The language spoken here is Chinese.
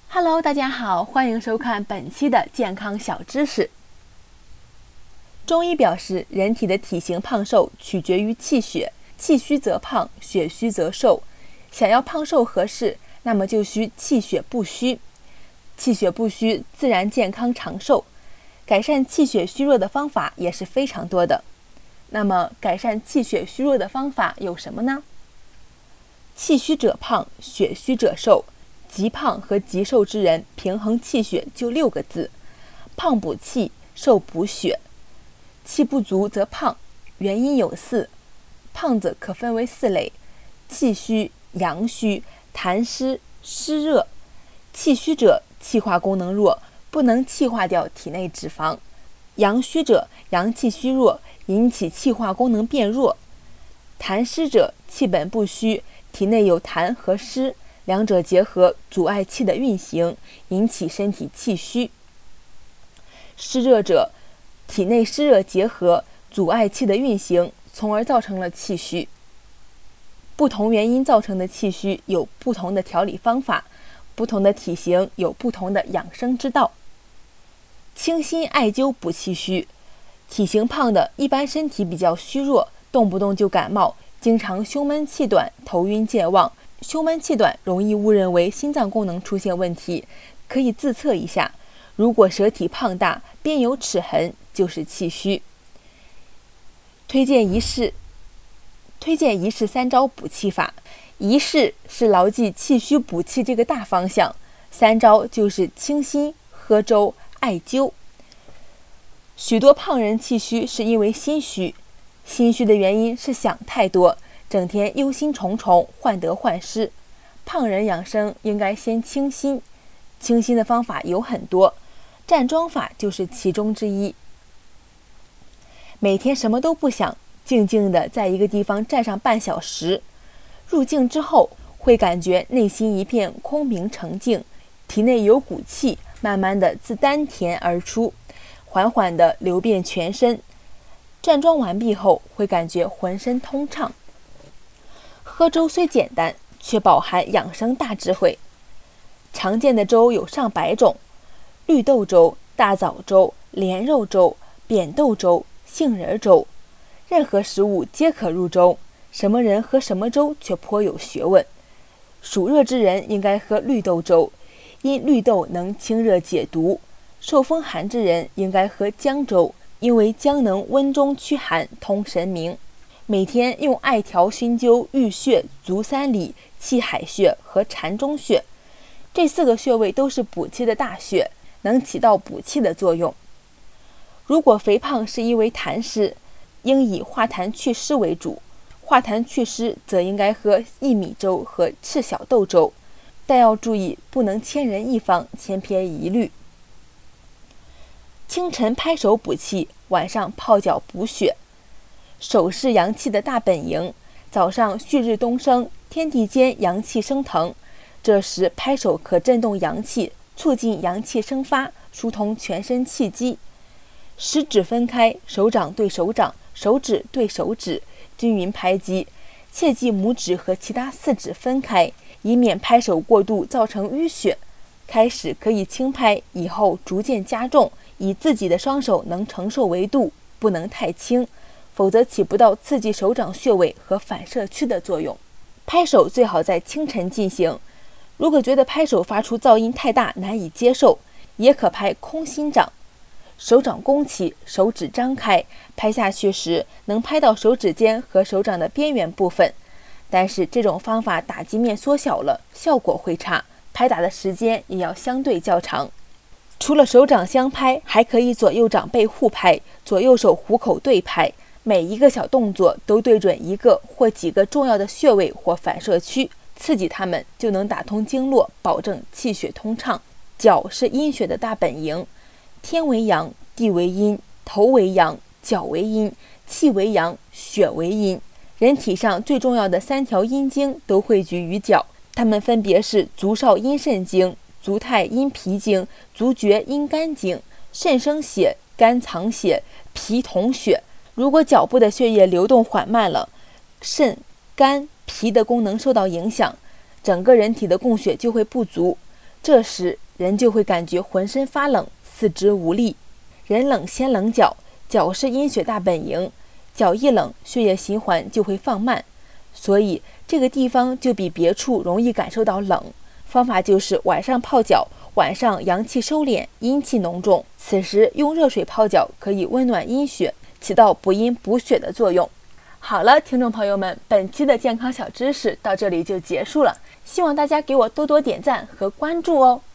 Hello， 大家好，欢迎收看本期的健康小知识。中医表示，人体的体型胖瘦取决于气血，气虚则胖，血虚则瘦。想要胖瘦合适，那么就需气血不虚。气血不虚，自然健康长寿。改善气血虚弱的方法也是非常多的。那么，改善气血虚弱的方法有什么呢？气虚者胖，血虚者瘦。极胖和极瘦之人，平衡气血就6个字：胖补气，瘦补血。气不足则胖，原因有4。胖子可分为4类：气虚、阳虚、痰湿、湿热。气虚者，气化功能弱，不能气化掉体内脂肪；阳虚者，阳气虚弱，引起气化功能变弱；痰湿者，气本不虚，体内有痰和湿，两者结合，阻碍气的运行，引起身体气虚。湿热者，体内湿热结合，阻碍气的运行，从而造成了气虚。不同原因造成的气虚有不同的调理方法，不同的体型有不同的养生之道。清心艾灸补气虚，体型胖的一般身体比较虚弱，动不动就感冒，经常胸闷气短，头晕健忘。胸闷气短容易误认为心脏功能出现问题，可以自测一下，如果舌体胖大，边有齿痕，就是气虚。推荐一式3招补气法。一式是牢记气虚补气这个大方向，3招就是清心、喝粥、艾灸。许多胖人气虚是因为心虚，心虚的原因是想太多，整天忧心忡忡，患得患失。胖人养生应该先清心，清心的方法有很多，站桩法就是其中之一。每天什么都不想，静静地在一个地方站上半小时，入静之后会感觉内心一片空明澄净，体内有股气慢慢地自丹田而出，缓缓地流遍全身。站桩完毕后会感觉浑身通畅。喝粥虽简单，却饱含养生大智慧。常见的粥有上百种：绿豆粥、大枣粥、莲肉粥、扁豆粥、杏仁粥。任何食物皆可入粥，什么人喝什么粥却颇有学问。暑热之人应该喝绿豆粥，因绿豆能清热解毒；受风寒之人应该喝姜粥，因为姜能温中驱寒，通神明。每天用艾条熏灸玉穴、足三里、气海穴和膻中穴，这4个穴位都是补气的大穴，能起到补气的作用。如果肥胖是因为痰湿，应以化痰祛湿为主，化痰祛湿则应该喝薏米粥和赤小豆粥，但要注意不能千人一方，千篇一律。清晨拍手补气，晚上泡脚补血。手是阳气的大本营，早上旭日东升，天地间阳气升腾，这时拍手可震动阳气，促进阳气生发，疏通全身气机。食指分开，手掌对手掌，手指对手指，均匀拍击，切忌拇指和其他4指分开，以免拍手过度造成淤血。开始可以轻拍，以后逐渐加重，以自己的双手能承受为度，不能太轻，否则起不到刺激手掌穴位和反射区的作用。拍手最好在清晨进行，如果觉得拍手发出噪音太大难以接受，也可拍空心掌。手掌弓起，手指张开，拍下去时能拍到手指尖和手掌的边缘部分，但是这种方法打击面缩小了，效果会差，拍打的时间也要相对较长。除了手掌相拍，还可以左右掌背互拍，左右手虎口对拍，每一个小动作都对准一个或几个重要的穴位或反射区，刺激它们就能打通经络，保证气血通畅。脚是阴血的大本营，天为阳，地为阴，头为阳，脚为阴，气为阳，血为阴。人体上最重要的3条阴经都汇聚于脚，它们分别是足少阴肾经、足太阴脾经、足厥阴肝经。肾生血，肝藏血，脾统血。如果脚部的血液流动缓慢了，肾、肝、脾的功能受到影响，整个人体的供血就会不足。 这时人就会感觉浑身发冷，四肢无力。人冷先冷脚，脚是阴血大本营，脚一冷，血液循环就会放慢，所以这个地方就比别处容易感受到冷。方法就是晚上泡脚，晚上阳气收敛，阴气浓重，此时用热水泡脚可以温暖阴血，起到补阴补血的作用。好了，听众朋友们，本期的健康小知识到这里就结束了，希望大家给我多多点赞和关注哦。